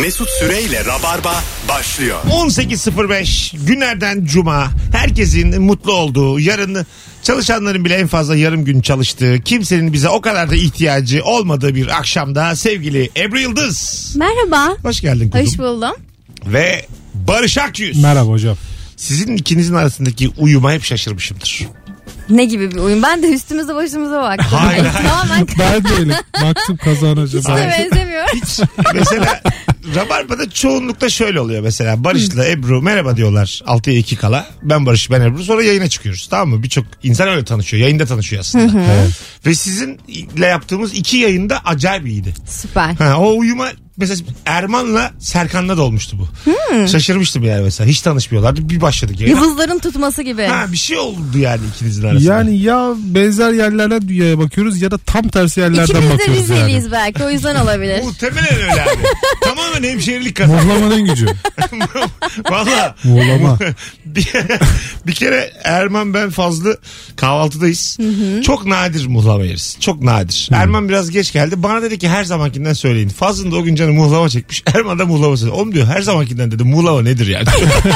Mesut Süreyle Rabarba başlıyor. 18.05 günlerden cuma. Herkesin mutlu olduğu, yarın çalışanların bile en fazla yarım gün çalıştığı, kimsenin bize o kadar da ihtiyacı olmadığı bir akşamda sevgili Ebru Yıldız. Merhaba. Hoş geldin kuzum. Hoş buldum. Ve Barış Akyüz. Merhaba hocam. Sizin ikinizin arasındaki uyuma hep şaşırmışımdır. Ne gibi bir oyun? Ben de üstümüze başımıza baktım. Hayır. Tamamen Ben de öyle. Baktım kazan hocam. hiç de benzemiyor. Hiç mesela Rabarba'da çoğunlukla şöyle oluyor mesela. Barış'la Ebru merhaba diyorlar 6'ya 2 kala. Ben Barış, ben Ebru, sonra yayına çıkıyoruz, tamam mı? Birçok insan öyle tanışıyor. Yayında tanışıyor aslında. Evet. Ve sizinle yaptığımız 2 yayında acayip iyiydi. Süper. O uyuma mesela Erman'la Serkan'la da olmuştu bu. Şaşırmıştım yani mesela. Hiç tanışmıyorlardı. Bir başladık yayına. Yıldızların tutması gibi. Bir şey oldu yani ikinizin arasında. Yani ya benzer yerlerden dünyaya bakıyoruz ya da tam tersi yerlerden İkimiz de bakıyoruz Rizeliyiz yani. belki, o yüzden olabilir. Muhtemelen öyle abi. Tamamen hemşehrilik kazandı. Muhlamanın gücü. Valla. Muhlama. bir kere Erman ben Fazlı kahvaltıdayız. Çok nadir muhlama yeriz. Çok nadir. Erman biraz geç geldi. Bana dedi ki her zamankinden söyleyin. Fazlı'nın da o gün canı muhlama çekmiş. Erman da muhlama söyledi. Oğlum diyor her zamankinden dedi. Muhlama nedir yani?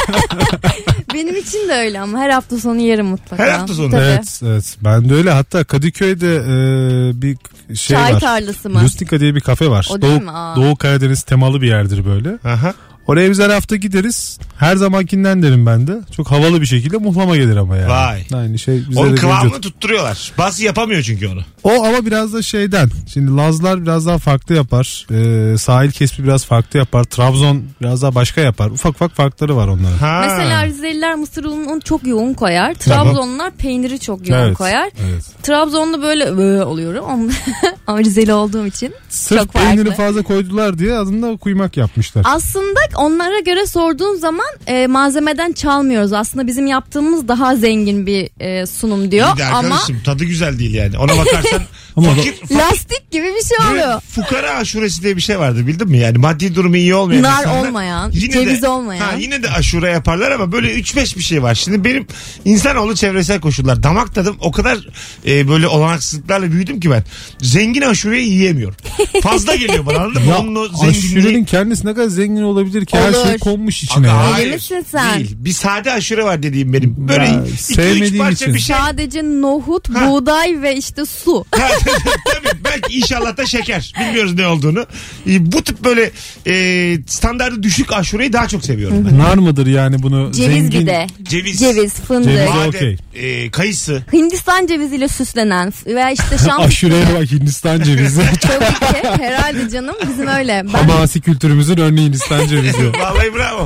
Benim için de öyle ama her hafta sonu yerim mutlaka. Her hafta sonu. Tabii. Evet. Ben de öyle. Hatta Kadıköy'de bir şey Çay var. tarlası mı? Lustika diye bir kafe var. O değil mi? Aa. Doğu Karadeniz temalı bir yerdir böyle. Aha. Oraya biz her hafta gideriz. Her zamankinden derim ben de. Çok havalı bir şekilde muhlama gelir ama yani. Vay. Aynı şey bize Onun de kıvamını mevcut. tutturuyorlar. Bazı yapamıyor çünkü onu. O ama biraz da şeyden. Şimdi Lazlar biraz daha farklı yapar. Sahil kesimi biraz farklı yapar. Trabzon biraz daha başka yapar. Ufak ufak farkları var onların. Ha. Mesela Rizeliler mısır ununu çok yoğun koyar. Trabzonlular peyniri çok yoğun Evet, koyar. evet. Trabzon'da böyle oluyorum. Ama Rizeli olduğum için Sırf çok farklı. peyniri fazla koydular diye adında kuymak yapmışlar. Aslında onlara göre sorduğun zaman malzemeden çalmıyoruz. Aslında bizim yaptığımız daha zengin bir sunum diyor. İyi de Ama arkadaşım tadı güzel değil yani. Ona bakarsan Ama fakir lastik gibi bir şey oluyor. fukara aşuresi diye bir şey vardır, bildin mi? Yani maddi durumu iyi olmayan Nar insanlar olmayan, yine ceviz de, olmayan. Yine de aşure yaparlar ama böyle 3-5 bir şey var. Şimdi benim insanoğlu çevresel koşullar, damak tadım o kadar böyle olanaksızlıklarla büyüdüm ki ben. Zengin aşureyi yiyemiyorum. Fazla geliyor bana, anladın mı? Ya Onun o aşurenin kendisi ne kadar zengin olabilir ki? Her Olur. şey konmuş içine. Aga, ya. hayır, misin sen? Değil. Bir sade aşure var dediğim benim. Böyle Ya, 2-3 sevmediğim parça için. bir şey. Sadece nohut, buğday ve işte su. Tabii belki inşallah da şeker. Bilmiyoruz ne olduğunu. Bu tip böyle standartı düşük aşureyi daha çok seviyorum ben. Nar mıdır yani bunu Ceviz zengin? bir de. Ceviz, Fındık. Ceviz. badem, Okey. Kayısı. Hindistan ceviziyle süslenen veya işte şam Aşureye bak, Hindistan cevizi. tabii ki herhalde canım bizim öyle. Ben Hamasi kültürümüzün örneği Hindistan cevizi. Vallahi bravo.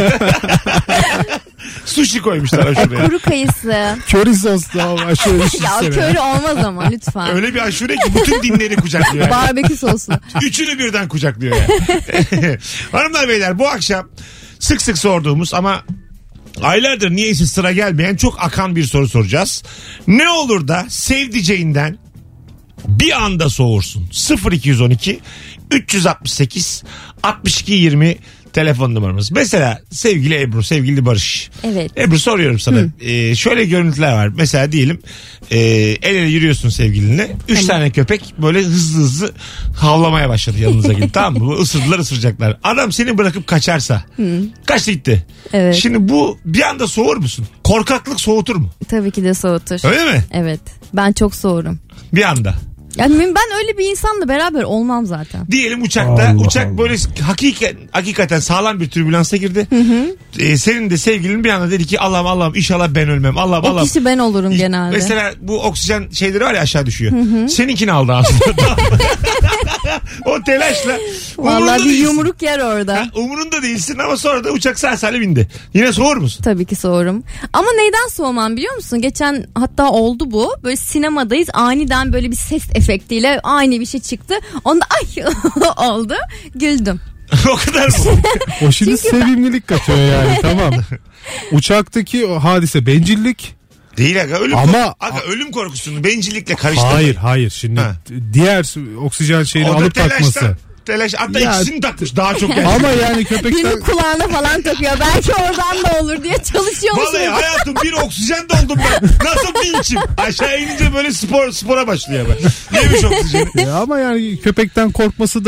Sushi koymuşlar aşureye. kuru kayısı. Köri soslu ama aşure Ya düşünsene. köri olmaz ama lütfen. Öyle bir aşure ki bütün dinleri kucaklıyor. Yani. Barbekü soslu. Üçünü birden kucaklıyor yani. Hanımlar beyler, bu akşam sık sık sorduğumuz ama aylardır niyeyse sıra gelmeyen çok akan bir soru soracağız. Ne olur da sevdiceğinden bir anda soğursun? 0212 368 62 20 telefon numaramız. Mesela sevgili Ebru, sevgili Barış. Evet. Ebru, soruyorum sana. Şöyle görüntüler var. Mesela diyelim el ele yürüyorsun sevgilinle. 3 tane köpek böyle hızlı hızlı havlamaya başladı yanınıza gelip. Tamam mı? Isırdılar, ısıracaklar. Adam seni bırakıp kaçarsa. Kaçtı gitti. Evet. Şimdi bu bir anda soğur musun? Korkaklık soğutur mu? Tabii ki de soğutur. Öyle mi? Evet. Ben çok soğurum. Bir anda. Yani ben öyle bir insanla beraber olmam zaten. Diyelim uçakta Allah uçak Allah. böyle hakikaten sağlam bir türbülansa girdi. Senin de sevgilin bir anda dedi ki Allah'ım inşallah ben ölmem. O kişi ben olurum genelde. Mesela bu oksijen şeyleri var ya, aşağı düşüyor. Seninkini aldı aslında. O telaşla. Vallahi umurunda bir değilsin. yumruk yer orada. Umurunda değilsin ama sonra da uçak sağ salim indi. Yine soğur musun? Tabii ki soğurum. Ama neyden soğumam biliyor musun? Geçen hatta oldu bu. Böyle sinemadayız. Aniden böyle bir ses efektiyle ani bir şey çıktı. Onda ay oldu. Güldüm. O kadar mı? O şimdi Çünkü sevimlilik katıyor yani, tamam. Uçaktaki o hadise bencillik. Değil aga, Ama- ölüm korkusunu bencillikle karıştırmayın. Hayır şimdi Ha. diğer oksijen şeyini O da alıp telaştan- takması. Telaş, hatta Ya- ikisini takmış daha çok yani. Ama yani köpekten Birinin kulağına falan takıyor. Belki oradan da olur diye çalışıyormuş. Vallahi hayatım bir oksijen doldum ben. Nasıl bir içim? Aşağı inince böyle spora başlıyor ben. Yemiş oksijeni. Ama yani köpekten korkması da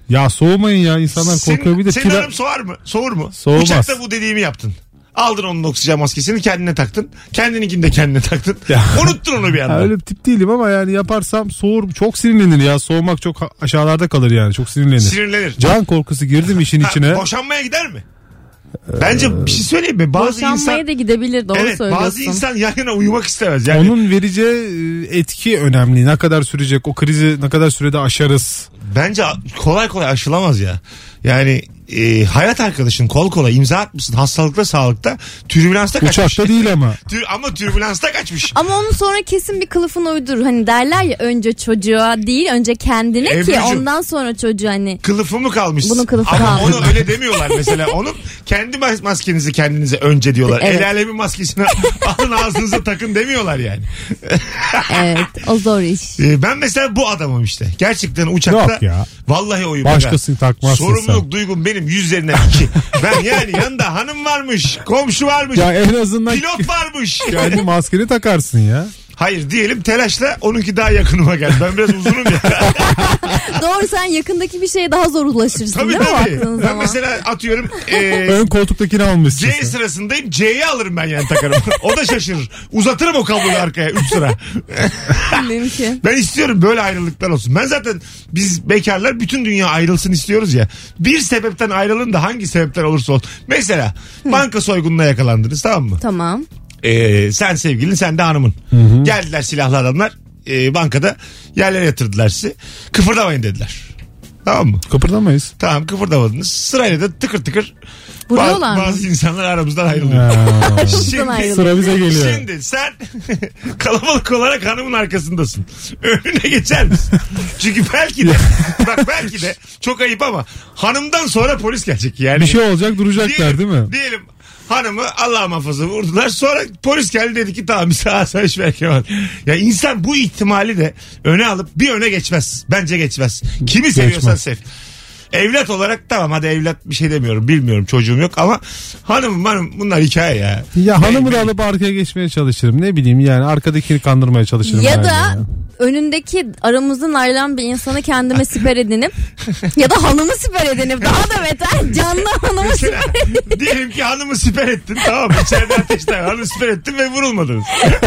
Ya soğumayın ya, insanlar korkuyor. Bir de senin hanım soğur mu? Soğur mu? Soğumaz. Uçakta bu dediğimi yaptın. Aldın onun oksijen maskesini, kendine taktın. Kendininkini de kendine taktın. Ya. Unuttun onu bir anda. Ya öyle bir tip değilim ama yani yaparsam soğur, çok sinirlenir ya. Soğumak çok aşağılarda kalır yani, çok sinirlenir. Sinirlenir. Can korkusu girdim işin içine. Boşanmaya gider mi? Bence bir şey söyleyeyim mi? Boşanmaya da gidebilir, doğru söylüyorsun. Bazı insan yan yana uyumak istemez. Yani onun vereceği etki önemli. Ne kadar sürecek, o krizi ne kadar sürede aşarız. bence kolay kolay aşılamaz ya. Yani hayat arkadaşın kol kola imza atmışsın hastalıkta sağlıkta, türbülansta kaçmış. Uçakta değil ama. Ama türbülansta kaçmış. Ama onun sonra kesin bir kılıfını uydur. Hani derler ya, önce çocuğa değil önce kendine ki Ebru'cum, ondan sonra çocuğu hani. Kılıfı mı kalmış? Bunun kılıfı ama kalmış. onu öyle demiyorlar mesela. Onun kendi maskenizi kendinize önce diyorlar. Evet. El alemin maskesini alın ağzınıza takın demiyorlar yani. Evet, o zor iş. Ben mesela bu adamım işte. Gerçekten uçakta Yok ya. vallahi oyum. Başkasını takmazsın sorumluluk sen. duygum benim 100 üzerinden 2. Ben yani yanında hanım varmış, komşu varmış, Ya en azından pilot varmış. kendi maskeni takarsın ya. Hayır diyelim telaşla onunki daha yakınıma geldi. Ben biraz uzunum ya. Doğru, sen yakındaki bir şeye daha zor ulaşırsın Tabii değil mi tabii. baktığın Ben zaman? mesela atıyorum Ön koltuktakini almışsın. C sırasındayım, C'yi alırım ben yani takarım. O da şaşırır. Uzatırım o kabloyu arkaya 3 sıra. Mümkün. Ben istiyorum böyle ayrılıklar olsun. Ben zaten biz bekarlar bütün dünya ayrılsın istiyoruz ya. Bir sebepten ayrılın da hangi sebepten olursa olsun. Mesela banka soygununa yakalandınız, tamam mı? Tamam. Sen sevgilin, sen de hanımın. Geldiler silahlı adamlar bankada yerlere yatırdılar sizi. Kıpırdamayın dediler. Tamam mı? Kıpırdamayız. Tamam, kıpırdamadınız. Sırayla da tıkır tıkır Vuruyorlar mı? bazı insanlar aramızdan ayrılıyor. Aramızdan ayrılıyor. Sıra bize geliyor. Şimdi sen kalabalık olarak hanımın arkasındasın. Önüne geçer misin? Çünkü belki de bak belki de çok ayıp ama hanımdan sonra polis gelecek yani. Bir şey olacak, duracaklar değil mi? Diyelim hanımı Allah muhafaza vurdular. Sonra polis geldi, dedi ki tamam bir asayiş belki var. Ya insan bu ihtimali de öne alıp bir öne geçmez. Bence geçmez. Kimi seviyorsan sev. Evlat olarak tamam, hadi evlat bir şey demiyorum, bilmiyorum, çocuğum yok ama hanım bunlar hikaye ya. Ya hanımı da alıp arkaya geçmeye çalışırım. Ne bileyim yani, arkadakini kandırmaya çalışırım. Ya herhalde da ya. önündeki aramızdan ayrılan bir insanı kendime siper edinip ya da hanımı siper edinip, daha da beter canlı hanımı Mesela siper edinip. diyelim ki hanımı siper ettin, tamam mı? İçeride ateşten hanımı siper ettin ve vurulmadınız.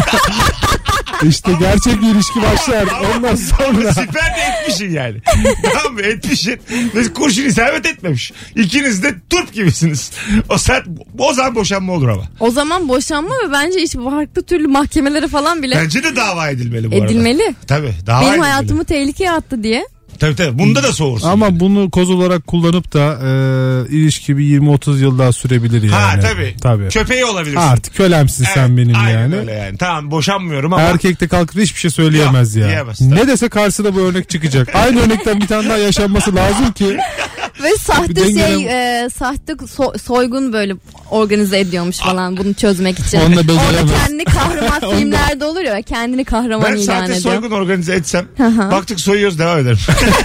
İşte gerçek bir ilişki başlar. Ondan Ama sonra. siper de etmişsin yani. Tamam mı? Etmişsin. Ve kurşun isabet etmemiş. İkiniz de turp gibisiniz. O zaman boşanma olur ama. O zaman boşanma ve bence hiç farklı türlü mahkemelere falan bile Bence de dava edilmeli bu arada. edilmeli. Tabii. Dava Benim edilmeli. hayatımı tehlikeye attı diye. Tabii. Bunda da soğursun. Ama bunu koz olarak kullanıp da ilişki bir 20-30 yıl daha sürebilir yani. Ha tabii. Köpeği olabilirsin. Artık kölemsin Evet, sen benim aynen yani. öyle yani. Tamam, boşanmıyorum ama. Erkek de kalkıp hiçbir şey söyleyemez Yok, ya. diyemez, Ne tabii. dese karşısında bu örnek çıkacak. Aynı örnekten bir tane daha yaşanması lazım ki. Ve sahte dengele- sahte soygun böyle organize ediyormuş falan bunu çözmek için. Onu da Orada beceremez. kendini kahraman filmlerde olur ya, kendini kahraman Ben ilan sahte ediyor. soygun organize etsem hı. baktık soyuyoruz, devam ederim.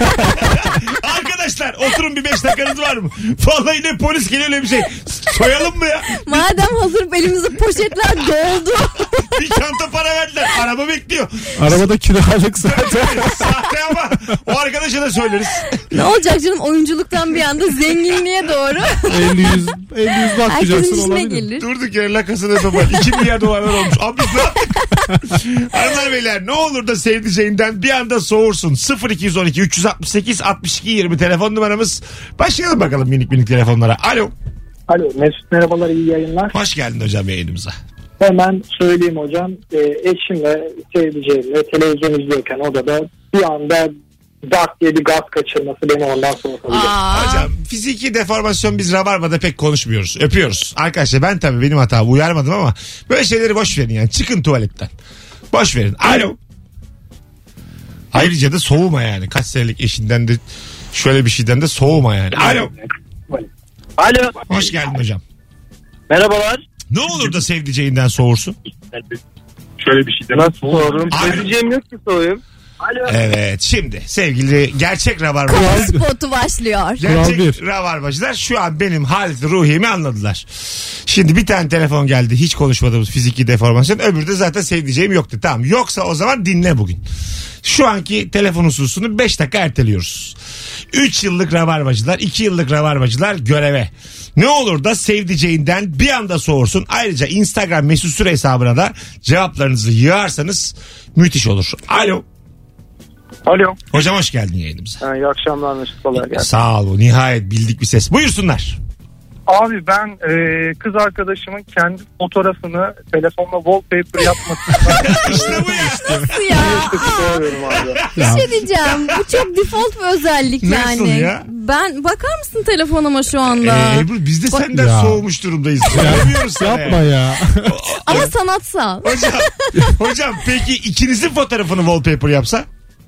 Arkadaşlar oturun, bir 5 dakikanız var mı? Vallahi ne polis geliyor ne bir şey. Soyalım mı ya? Madem hazır elimizde poşetler doldu. Bir çanta para verdiler. Araba bekliyor. Arabada kiralık zaten. Sahte ama o arkadaşa da söyleriz. Ne olacak canım, oyunculuktan bir anda zenginliğe doğru. 50-100 bakmayacaksın, Herkesin işine olabilir. gelir. Durduk yere La Casa de Papel 2 milyar dolarlar olmuş. Abi biz ne yaptık? Hanımlar beyler, ne olur da sevdiceğinden bir anda soğursun. 0212 368 62 20 telefon numaramız. Başlayalım bakalım minik telefonlara. Alo. Alo Mesut, merhabalar, iyi yayınlar. Hoş geldin hocam yayınımıza. Hemen söyleyeyim hocam, eşimle sevdiceğimle televizyon izliyorken odada bir anda dak diye bir gaz kaçırması beni ondan soğutabilir. Hocam fiziki deformasyon biz Rabarba'da pek konuşmuyoruz. Öpüyoruz. Arkadaşlar ben tabii benim hatam, uyarmadım ama böyle şeyleri boş verin yani. Çıkın tuvaletten. Boş verin. Alo. Ayrıca da soğuma yani. Kaç senelik eşinden de şöyle bir şeyden de soğuma yani. Alo. Alo. Hoş geldin hocam. Merhabalar. Ne olur da sevdiceğinden soğursun? Şöyle bir şey nasıl soğurum? Alo. Söyleyeceğim yok ki soğuyum. Alo. Evet, şimdi sevgili gerçek Rabarba. Spotu başlıyor. Gerçek bir. Rabarbacılar şu an benim halit ruhimi anladılar. Şimdi bir tane telefon geldi, hiç konuşmadığımız fiziki deformasyon. Öbürü de zaten sevdiceğim yoktu. Tamam, yoksa o zaman dinle bugün. Şu anki telefon hususunu 5 dakika erteliyoruz. 3 yıllık rabarbacılar, 2 yıllık rabarbacılar göreve. Ne olur da sevdiceğinden bir anda soğursun. Ayrıca Instagram mesut süre hesabına da cevaplarınızı yığarsanız müthiş olur. Alo. Alo. Hocam hoş geldin yayınımıza. İyi akşamlar Mesut. Kolay gelsin. Sağ ol. Nihayet bildik bir ses. Buyursunlar. Abi ben kız arkadaşımın kendi fotoğrafını telefonla wallpaper yapmasını İşte bu ya. Nasıl ya? istiyorum abi. Bir şey diyeceğim. Bu çok default bir özellik Nasıl yani. ya? Ben bakar mısın telefonuma şu anda? Ebru biz de senden Ya. soğumuş durumdayız. Söylemiyoruz sana Yapma ya. ya. Ama sanatsal. Hocam peki ikinizin fotoğrafını wallpaper yapsa?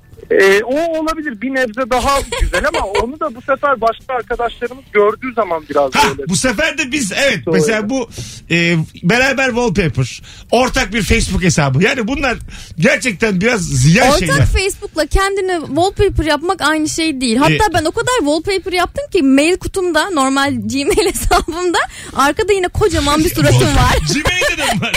O olabilir bir nebze daha güzel ama onu da bu sefer başka arkadaşlarımız gördüğü zaman biraz Ha, böyle. bu sefer de biz evet Doğru. mesela bu beraber wallpaper, ortak bir Facebook hesabı. Yani bunlar gerçekten biraz ziyan Ortak şeyler. Facebook'la kendine wallpaper yapmak aynı şey değil. Hatta ben o kadar wallpaper yaptım ki mail kutumda, normal Gmail hesabımda arkada yine kocaman bir suratım var. Gmail'de de mi var?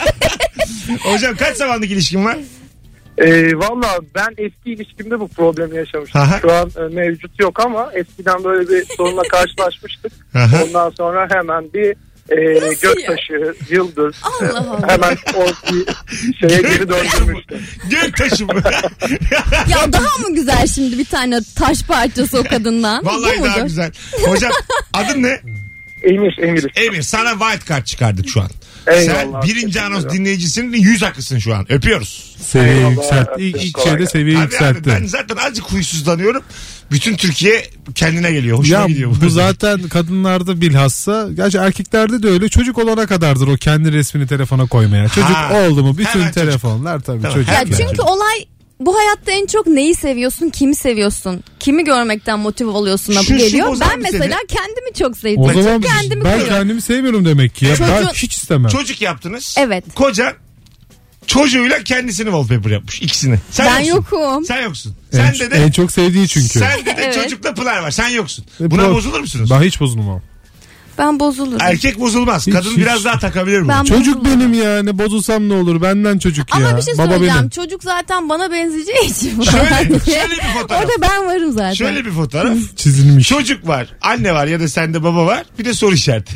Hocam kaç zamanlık ilişkin var? Valla ben eski ilişkimde bu problemi yaşamıştım. Aha. Şu an mevcut yok ama eskiden böyle bir sorunla karşılaşmıştık. Aha. Ondan sonra hemen bir Nasıl göktaşı, yıldız Allah Allah. hemen o şeye geri döndürmüştü. Göktaşı mı? Ya daha mı güzel şimdi bir tane taş parçası o kadından? Vallahi Bu daha mudur? güzel. Hocam adın ne? Emir. Emir, sana wild card çıkardık şu an. Eyvallah. Sen birinci Teşekkür anons ederim. dinleyicisinin 100 hakkısın şu an. Öpüyoruz. Seviyeyi Eyvallah. yükseltti. İlk Kolay şeyde gelsin. seviyeyi Abi, yükseltti. ben zaten azıcık huysuzlanıyorum. Bütün Türkiye kendine geliyor. Hoşuma Ya gidiyor bu zaten kadınlarda bilhassa, gerçi erkeklerde de öyle, çocuk olana kadardır o kendi resmini telefona koymaya. Çocuk oldu mu bütün Hemen çocuk. telefonlar tabii Tamam, çocuk. Ya hemen çünkü çocuk. olay bu hayatta en çok neyi seviyorsun, kimi seviyorsun, kimi görmekten motive oluyorsun da bu Şu geliyor. bozar Ben mı mesela kendimi çok O sevdim. zaman Kendimi ben koyuyorum. kendimi sevmiyorum demek ki ya. Ben Çocuğun- hiç istemem. Çocuk yaptınız. Evet. Koca çocuğuyla kendisini wallpaper yapmış. İkisini. Sen Ben yoksun. yokum. Sen yoksun. En, Sen de en çok sevdiği çünkü. Sen de Evet. çocukla Pınar var. Sen yoksun. Buna bozulur musunuz? Ben hiç bozulmam. Ben bozulurum. Erkek bozulmaz. Hiç, Kadın hiç. biraz daha takabilir bunu. Ben Çocuk bozulurum. benim ya, ne bozulsam ne olur, benden çocuk ya. Ama bir şey Baba söyleyeceğim. benim. Çocuk zaten bana benzeyeceği için. Şöyle bir fotoğraf. Orada ben varım zaten. Şöyle bir fotoğraf. Çizilmiş. Çocuk var. Anne var ya da sende baba var. Bir de soru işareti.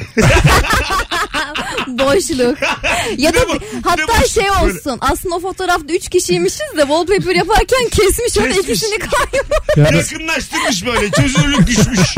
Boşluk. Ya da Bir de bu- bir de hatta boşluk şey böyle. olsun. Aslında o fotoğrafta 3 kişiymişiz de wallpaper yaparken kesmiş orada Kesmiş. ikisini koymuş. Ya da Yakınlaştırmış böyle. Çözünürlük düşmüş.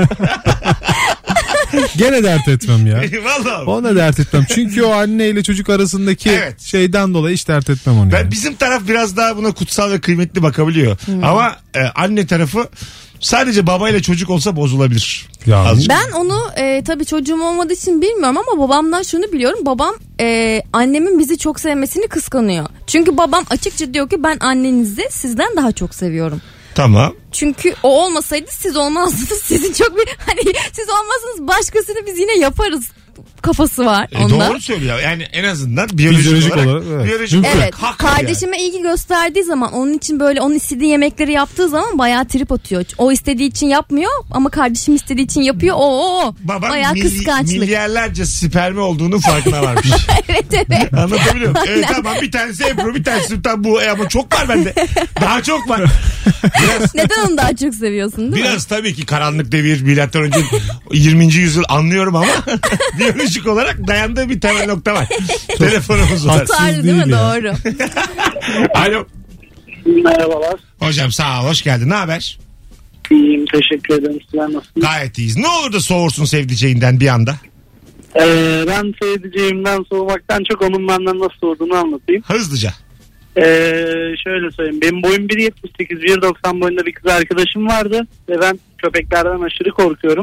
gene dert etmem ya. Vallahi. Ona dert etmem. Çünkü o anne ile çocuk arasındaki Evet. şeyden dolayı hiç dert etmem onu. Ben yani. bizim taraf biraz daha buna kutsal ve kıymetli bakabiliyor. Ama anne tarafı sadece babayla çocuk olsa bozulabilir. Ya, Azıcık. Ben onu tabii çocuğum olmadığı için bilmiyorum ama babamdan şunu biliyorum. Babam annemin bizi çok sevmesini kıskanıyor. Çünkü babam açıkça diyor ki ben annenizi sizden daha çok seviyorum. Tamam. Çünkü o olmasaydı siz olmazdınız. Sizin çok bir hani siz olmazsınız başkasını biz yine yaparız kafası var onda. Doğru söylüyor. Yani en azından biyolojik Fizyolojik olarak. olarak, evet. Biyolojik Mümkün. olarak Evet. hak var Kardeşime ilgi gösterdiği zaman onun için böyle onun istediği yemekleri yaptığı zaman bayağı trip atıyor. O istediği için yapmıyor ama kardeşim istediği için yapıyor. Oo. Babam Bayağı kıskançlık. milyarlarca spermi olduğunu farkına varmış. Evet evet. Anlatabiliyor muyum? Evet tamam, bir tanesi Ebru, bir tanesi tam bu ama çok var bende. Daha çok var. Neden onu daha çok seviyorsun değil mi? Biraz tabii ki karanlık devir, milattan önce 20. yüzyıl anlıyorum ama biyolojik olarak dayandığı bir temel nokta var. Telefonumuz var. Tutarlı değil mi? değil ya. Doğru. Alo. Merhabalar. Hocam sağ ol, hoş geldin. Ne haber? İyiyim, teşekkür ederim. Sizler nasılsınız? Gayet iyiyiz. Ne olur da soğursun sevdiceğinden bir anda? Ben sevdiceğimden soğumaktan çok onun benden nasıl soğuduğunu anlatayım. Hızlıca. Şöyle söyleyeyim. Benim boyum 1.78, 1.90 boyunda bir kız arkadaşım vardı. Ve ben köpeklerden aşırı korkuyorum.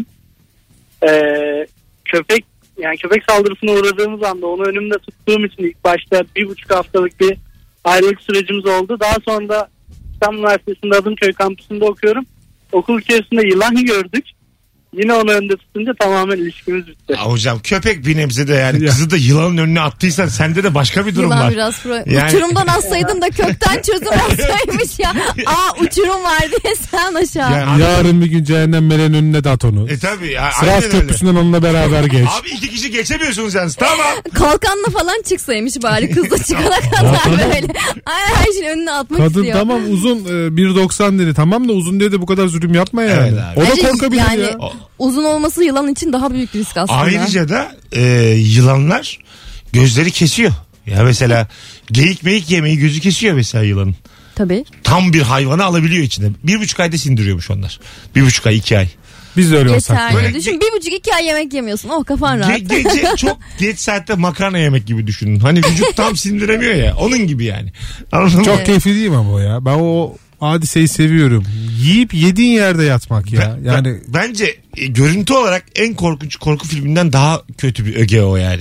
Köpek saldırısına uğradığımız anda onu önümde tuttuğum için ilk başta 1,5 haftalık bir ayrılık sürecimiz oldu. Daha sonra da İstanbul Üniversitesi'nde Adımköy kampüsünde okuyorum. Okul içerisinde yılan gördük. yine onu önde tutunca tamamen ilişkimiz bitti. Hocam köpek bir nebze de yani kızı da yılanın önüne attıysan sende de başka bir durum Yılan var. biraz Yani- uçurumdan atsaydın da kökten çözüm olsaymış ya. Uçurum var diye sen aşağı. Yani- Yarın bir gün cehennem meleğinin önüne de at onu. Tabii. Ya, Sırat aynen öyle. köprüsünden onunla beraber geç. Abi 2 kişi geçemiyorsunuz yalnız. Tamam. Kalkanla falan çıksaymış bari kız da çıkana kadar böyle. Her şeyin önüne atmak Kadın istiyor. tamam uzun 1.90 dedi. Tamam da uzun dedi bu kadar zulüm yapma yani. Evet abi. O da Bence korkabilir yani ya. uzun olması yılan için daha büyük risk aslında. Ayrıca da yılanlar gözleri kesiyor. Ya mesela geyik meyik yemeği gözü kesiyor mesela yılanın. Tabii. Tam bir hayvanı alabiliyor içine. 1,5 ayda sindiriyormuş onlar. 1,5 ay 2 ay. Biz de öyle olsak. Yeterli. Böyle Düşün 1,5-2 ay yemek yemiyorsun. Oh kafan rahat. Gece çok geç saatte makarna yemek gibi düşünün. Hani vücut tam sindiremiyor ya. Onun gibi yani. Anladın mı? Çok keyifli değil mi ama o ya? Ben o hadiseyi seviyorum. Yiyip yediğin yerde yatmak ya. Yani Bence görüntü olarak en korkunç korku filminden daha kötü bir öge o yani.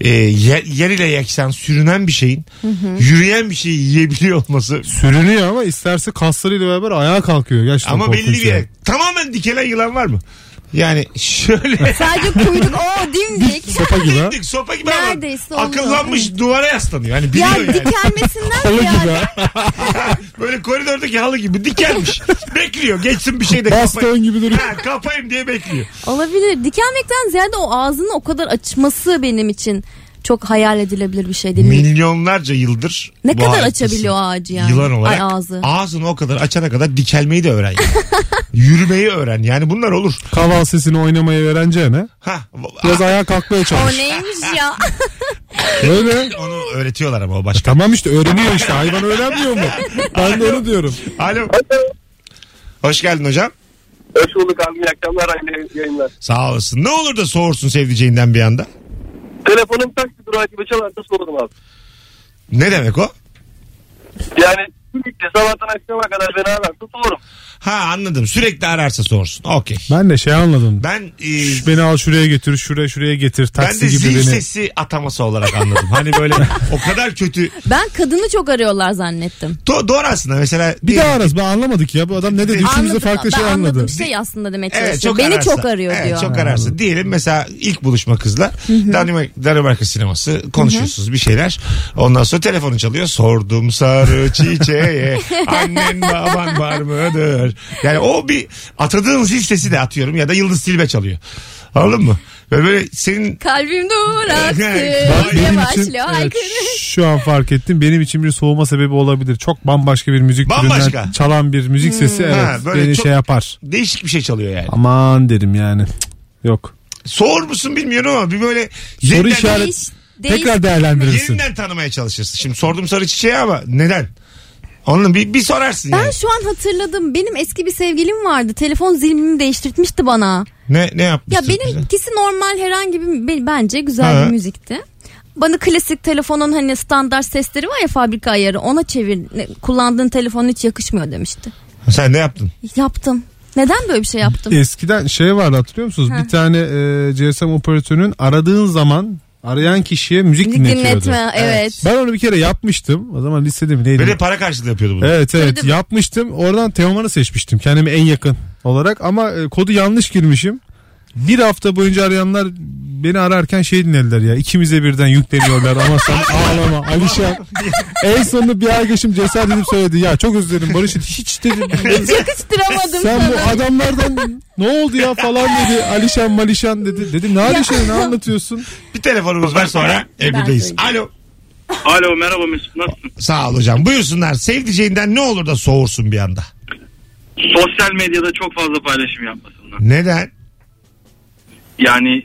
Yer ile yaksan sürünen bir şeyin yürüyen bir şeyi yiyebiliyor olması. sürünüyor ama isterse kaslarıyla beraber ayağa kalkıyor. Gerçekten Ama belli korkunç bir yere. yani. Tamamen dikelen yılan var mı? Yani şöyle Sadece kuyruk dimdik. Sopa gibi ha. dimdik sopa gibi ama Neredeyse oldu. akıllanmış duvara yaslanıyor. Yani biliyor Ya yani. dikelmesinden Halı gibi ziyade. ha. Böyle koridordaki halı gibi dikelmiş. Bekliyor. Geçsin bir şey de Baston gibi duruyor. kapayım diye bekliyor. Olabilir. Dikelmekten ziyade o ağzını o kadar açması benim için çok hayal edilebilir bir şey değil. Milyonlarca yıldır Ne bu kadar hayattasın. açabiliyor ağacı yani? Yılan olarak ağzı. ağzını o kadar açana kadar dikelmeyi de öğren. Yani. Yürümeyi öğren. Yani bunlar olur. Kaval sesini oynamaya vereceğine Ha, biraz ayağa kalkmaya O çalış. neymiş ya? Öyle. onu öğretiyorlar ama o başka. Tamam işte öğreniyor işte. Hayvan öğrenmiyor mu? Ben de onu diyorum. Alo. Hoş geldin hocam. Hoş bulduk abi, iyi akşamlar, aynı yayınlar. Sağ olasın. Ne olur da soğursun sevdiceğinden bir anda? Telefonum taksi durağı gibi çalarsa sordum abi. Ne demek o? Yani sürekli sabahtan akşama kadar beni ararsa sorurum. Ha anladım. Sürekli ararsa soğursun. Okey. Ben de şey anladım. Ben Beni al şuraya getir, şuraya getir. ben Taksi de gibi zil beni. sesi ataması olarak anladım. Hani böyle o kadar kötü. Ben kadını çok arıyorlar zannettim. Doğru aslında mesela. Bir daha ararız. Ben anlamadık ya. Bu adam ne dedi? Üçümüz de Anladım, farklı ben şey anladım. anladı. Şey aslında demek Evet, çalışıyor. çok Beni ararsa. çok arıyor Evet, diyor. çok ararsa. Diyelim mesela ilk buluşma kızla Danimarka sineması konuşuyorsunuz bir şeyler. Ondan sonra telefonu çalıyor. Sordum sarı çiçeğe annen baban var mıdır? Yani o bir atadığın zil sesi de atıyorum ya da Yıldız Tilbe çalıyor. Anladın mı? Böyle senin Kalbim duraksın. Bak, diye Benim için başlıyor. evet, Haykırı. şu an fark ettim. Benim için bir soğuma sebebi olabilir. Çok bambaşka bir müzik Bambaşka. türünden çalan bir müzik sesi Ha, evet böyle beni çok- şey yapar. değişik bir şey çalıyor yani. Aman derim yani. Cık, yok. Soğur musun bilmiyorum ama bir böyle Soru yeniden, işareti. Değiş- Tekrar değerlendirirsin. yeniden tanımaya çalışırsın. Şimdi sordum sarı çiçeğe ama neden? Onu bir sorarsın Ben yani. şu an hatırladım. Benim eski bir sevgilim vardı. Telefon zilini değiştirtmişti bana. Ne yapmışsın? Ya benimkisi normal herhangi bir bence güzel Ha. bir müzikti. Bana klasik telefonun hani standart sesleri var ya fabrika ayarı ona çevir. Kullandığın telefon hiç yakışmıyor demişti. Sen ne yaptın? Yaptım. Neden böyle bir şey yaptım? Eskiden şey vardı hatırlıyor musunuz? Bir tane GSM operatörünün aradığın zaman arayan kişiye müzik dinletiyordu. Dinletme evet. Ben onu bir kere yapmıştım. O zaman lisede mi neydi? Böyle para karşılığı yapıyordu bunu. Evet Tabii. yapmıştım. Oradan Teoman'ı seçmiştim. Kendime en yakın olarak ama kodu yanlış girmişim. Bir hafta boyunca arayanlar beni ararken şey dinlediler ya. İkimize birden yükleniyorlar ama sen ağlama Alişan. En sonunda bir arkadaşım cesaret edip söyledi. Ya çok özür dilerim Barış hiç dedim. Yakıştıramadım Sen sana. bu adamlardan ne oldu ya falan dedi. Alişan Malişan dedi. Dedim ne Alişan ne anlatıyorsun? Bir telefonumuz var sonra Ebru'dayız. Alo. Alo, merhaba Mesut, nasılsın? Sağ ol hocam. Buyursunlar. Sevdiceğinden ne olur da soğursun bir anda. Sosyal medyada çok fazla paylaşım yapmasınlar. Neden? Yani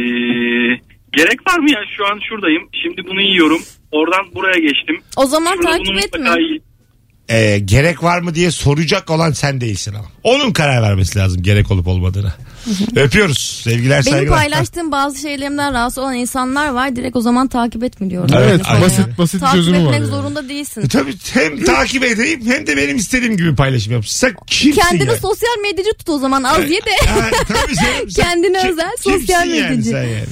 gerek var mı ya, şu an şuradayım, şimdi bunu yiyorum, oradan buraya geçtim. O zaman Şurada takip bunu etme. mutlaka yiyeyim. Gerek var mı diye soracak olan sen değilsin ama. Onun karar vermesi lazım gerek olup olmadığına. Öpüyoruz. Sevgiler Benim saygılar. paylaştığım bazı şeylerimden rahatsız olan insanlar var. Direkt o zaman takip etme diyorum. Evet, Yani basit- sana. basit takip çözümü var etmek yani. zorunda değilsin. Tabii hem takip edeyim hem de benim istediğim gibi paylaşım yapsın. Sen kimsin Kendini ya? sosyal medyacı tut o zaman az ye de. Ha, tabii canım. Sen Kendine özel sosyal kimsin yani medyacı. sen yani?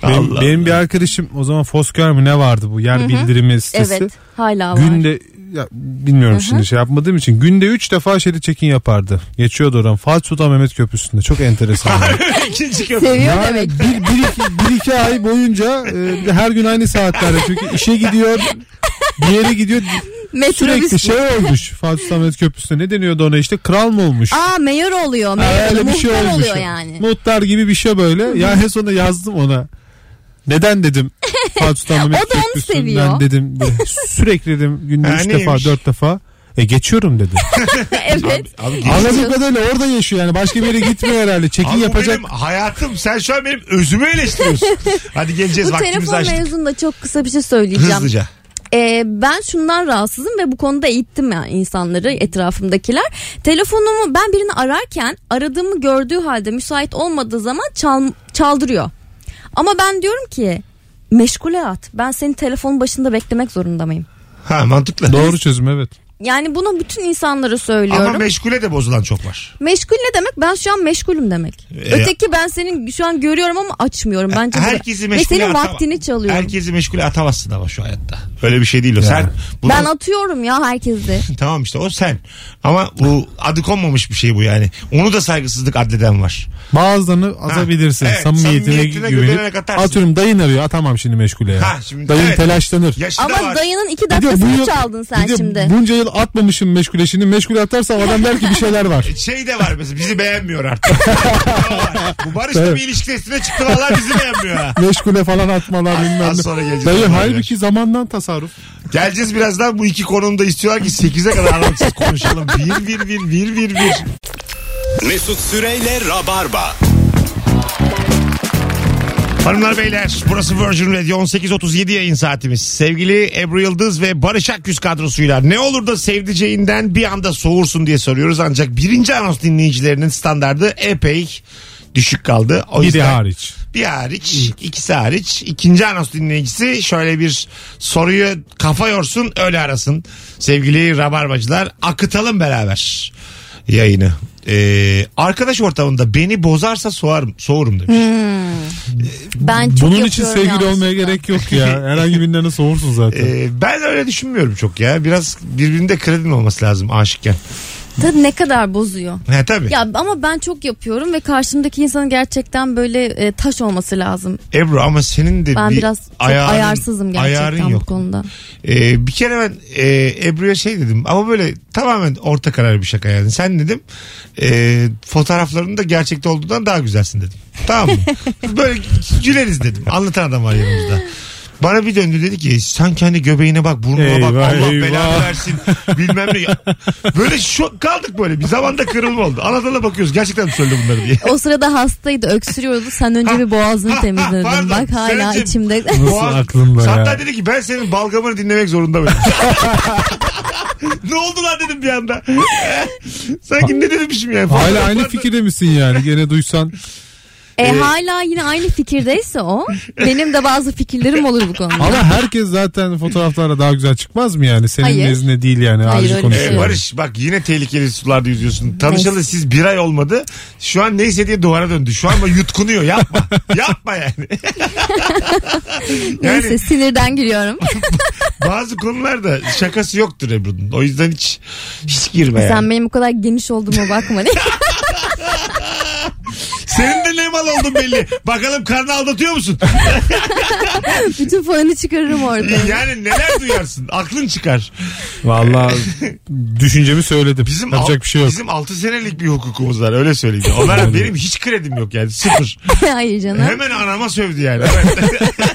Benim bir arkadaşım o zaman Foursquare mi ne vardı bu yer bildirimi sitesi. Evet, hala var. Günde ya, bilmiyorum şimdi şey yapmadığım için günde 3 defa şerit check-in yapardı. Geçiyordu oradan Fatih Sultan Mehmet Köprüsü'nde. Çok enteresan. İkinci köprü. Seviyor Yani demek. bir iki ay boyunca her gün aynı saatlerde çünkü işe gidiyor bir yere gidiyor sürekli şey olmuş Fatih Sultan Mehmet Köprüsü'nde ne deniyordu ona işte kral mı olmuş? Mayor oluyor. Öyle bir şey muhtar olmuş. oluyor yani. Muhtar gibi bir şey böyle. Ya en sonunda yazdım ona. Neden dedim Fatih Sultan Mehmet O da onu Köprüsü'nden seviyor. dedim. Sürekli dedim günde 3 defa neymiş? 4 defa. Geçiyorum dedi. Evet. Anladığım kadarıyla orada yaşıyor yani. Başka bir yere gitmiyor herhalde. Çekin Abi bu yapacak. benim hayatım. Sen şu an benim özümü eleştiriyorsun. Hadi geleceğiz, Bu vaktimizi telefon açtık. mevzunda çok kısa bir şey söyleyeceğim. Hızlıca. Ben şundan rahatsızım ve bu konuda eğittim yani insanları, etrafımdakiler. Telefonumu ben birini ararken aradığımı gördüğü halde müsait olmadığı zaman çaldırıyor. Ama ben diyorum ki meşgule at. Ben senin telefonun başında beklemek zorunda mıyım? Ha, mantıklı. Doğru çözüm evet. Yani bunu bütün insanlara söylüyorum. Ama meşgule de bozulan çok var. Meşgul ne demek? Ben şu an meşgulüm demek. Öteki ben senin şu an görüyorum ama açmıyorum. Bence Herkesi ve meşgule senin vaktini çalıyorum. Herkesi meşgule atamazsın ama şu hayatta. Öyle bir şey değil o. Sen bunu... Ben atıyorum ya herkesi. Tamam işte o sen. Ama bu adı konmamış bir şey bu yani. Onu da saygısızlık addeden var. Bazılarını atabilirsin. evet, samimiyetine samimiyetine güvenip. güvenerek atarsın. Atıyorum dayın arıyor. Atamam şimdi meşgule ya. Şimdi, Dayın telaşlanır. Yaşı da Ama var. dayının 2 Bir de dakikasını çaldın sen bir de şimdi. bunca yıl atmamışım meşgule. Şimdi meşgule atarsam adam der ki bir şeyler var. Şey de var mesela, bizi beğenmiyor artık. Bu Barış da Evet. bir ilişki testine çıktı, vallahi bizi beğenmiyor ha. Meşgule falan atmalar bilmem Az ne. sonra geleceğiz. Dayı halbuki zamandan tasarruf. Geleceğiz birazdan, bu iki konumda istiyorlar ki 8'e kadar aralıksız konuşalım. Bir. Mesut Süreyle Rabarba. Hanımlar beyler, burası Virgin Radio, 18.37 yayın saatimiz. Sevgili Ebru Yıldız ve Barış Akgüz kadrosuyla ne olur da sevdiceğinden bir anda soğursun diye soruyoruz. Ancak birinci anons dinleyicilerinin standardı epey düşük kaldı. O Biri yüzden hariç. bir hariç, ikisi hariç. İkinci anons dinleyicisi şöyle bir soruyu kafa yorsun, öyle arasın. Sevgili Rabarbacılar, akıtalım beraber yayını. Arkadaş ortamında beni bozarsa soğurum demiş. Ben çok Bunun için yapıyorum sevgili olmaya yanlışlıkla. gerek yok ya. Herhangi birinden soğursun zaten. Ben öyle düşünmüyorum çok ya. Biraz birbirinde kredin olması lazım aşıkken. Tabii ne kadar bozuyor. He tabii. Ya ama ben çok yapıyorum ve karşımdaki insanın gerçekten böyle taş olması lazım. Ebru ama senin de Ben bir biraz çok ayarsızım gerçekten bu yok. konuda. Bir kere ben Ebru'ya şey dedim ama böyle tamamen orta karar bir şaka yani. Sen dedim fotoğraflarının da gerçekte olduğundan daha güzelsin dedim. Tamam mı? Böyle güleriz dedim. Anlatan adam var yanımızda. Bana bir döndü, dedi ki sen kendi göbeğine bak, burnuna bak, Eyvah, Allah eyvah. belanı versin bilmem ne. Böyle şok kaldık, böyle bir zamanda kırılma oldu. Anadolu'ya bakıyoruz, gerçekten mi söyledi bunları diye. O sırada hastaydı, öksürüyordu. Sen önce bir boğazını temizledin. pardon, Bak hala Selin'cim. içimde. Nasıl aklımda ya? Hatta dedi ki ben senin balgamını dinlemek zorunda mıyım? Ne oldu lan dedim bir anda. Sanki ne demişim yani. Hala aynı fikirde misin yani? Gene duysan. Hala yine aynı fikirdeyse o. Benim de bazı fikirlerim olur bu konuda. Ama herkes zaten fotoğraflarla daha güzel çıkmaz mı yani? Senin Hayır. nezdinde değil yani. Hayır, Harici öyle konuşuyor. şey. Barış bak, yine tehlikeli sularda yüzüyorsun. Tanışalı siz bir ay olmadı. Şu an neyse diye duvara döndü. Şu an yutkunuyor. Yapma. Yapma yani. Neyse, sinirden gülüyorum. Bazı konularda şakası yoktur Ebru'nun. O yüzden hiç girme yani. Sen benim bu kadar geniş olduğuma bakma. Senin de ne mal oldun belli. Bakalım karnı aldatıyor musun? Bütün fanını çıkarırım orada. Yani neler duyarsın? Aklın çıkar. Vallahi düşüncemi söyledim. Yapacak bir şey yok. Bizim 6 senelik bir hukukumuz var, öyle söyleyeyim. Onlara benim hiç kredim yok yani, sıfır. Hayır canım. Hemen anama sövdü yani. Evet.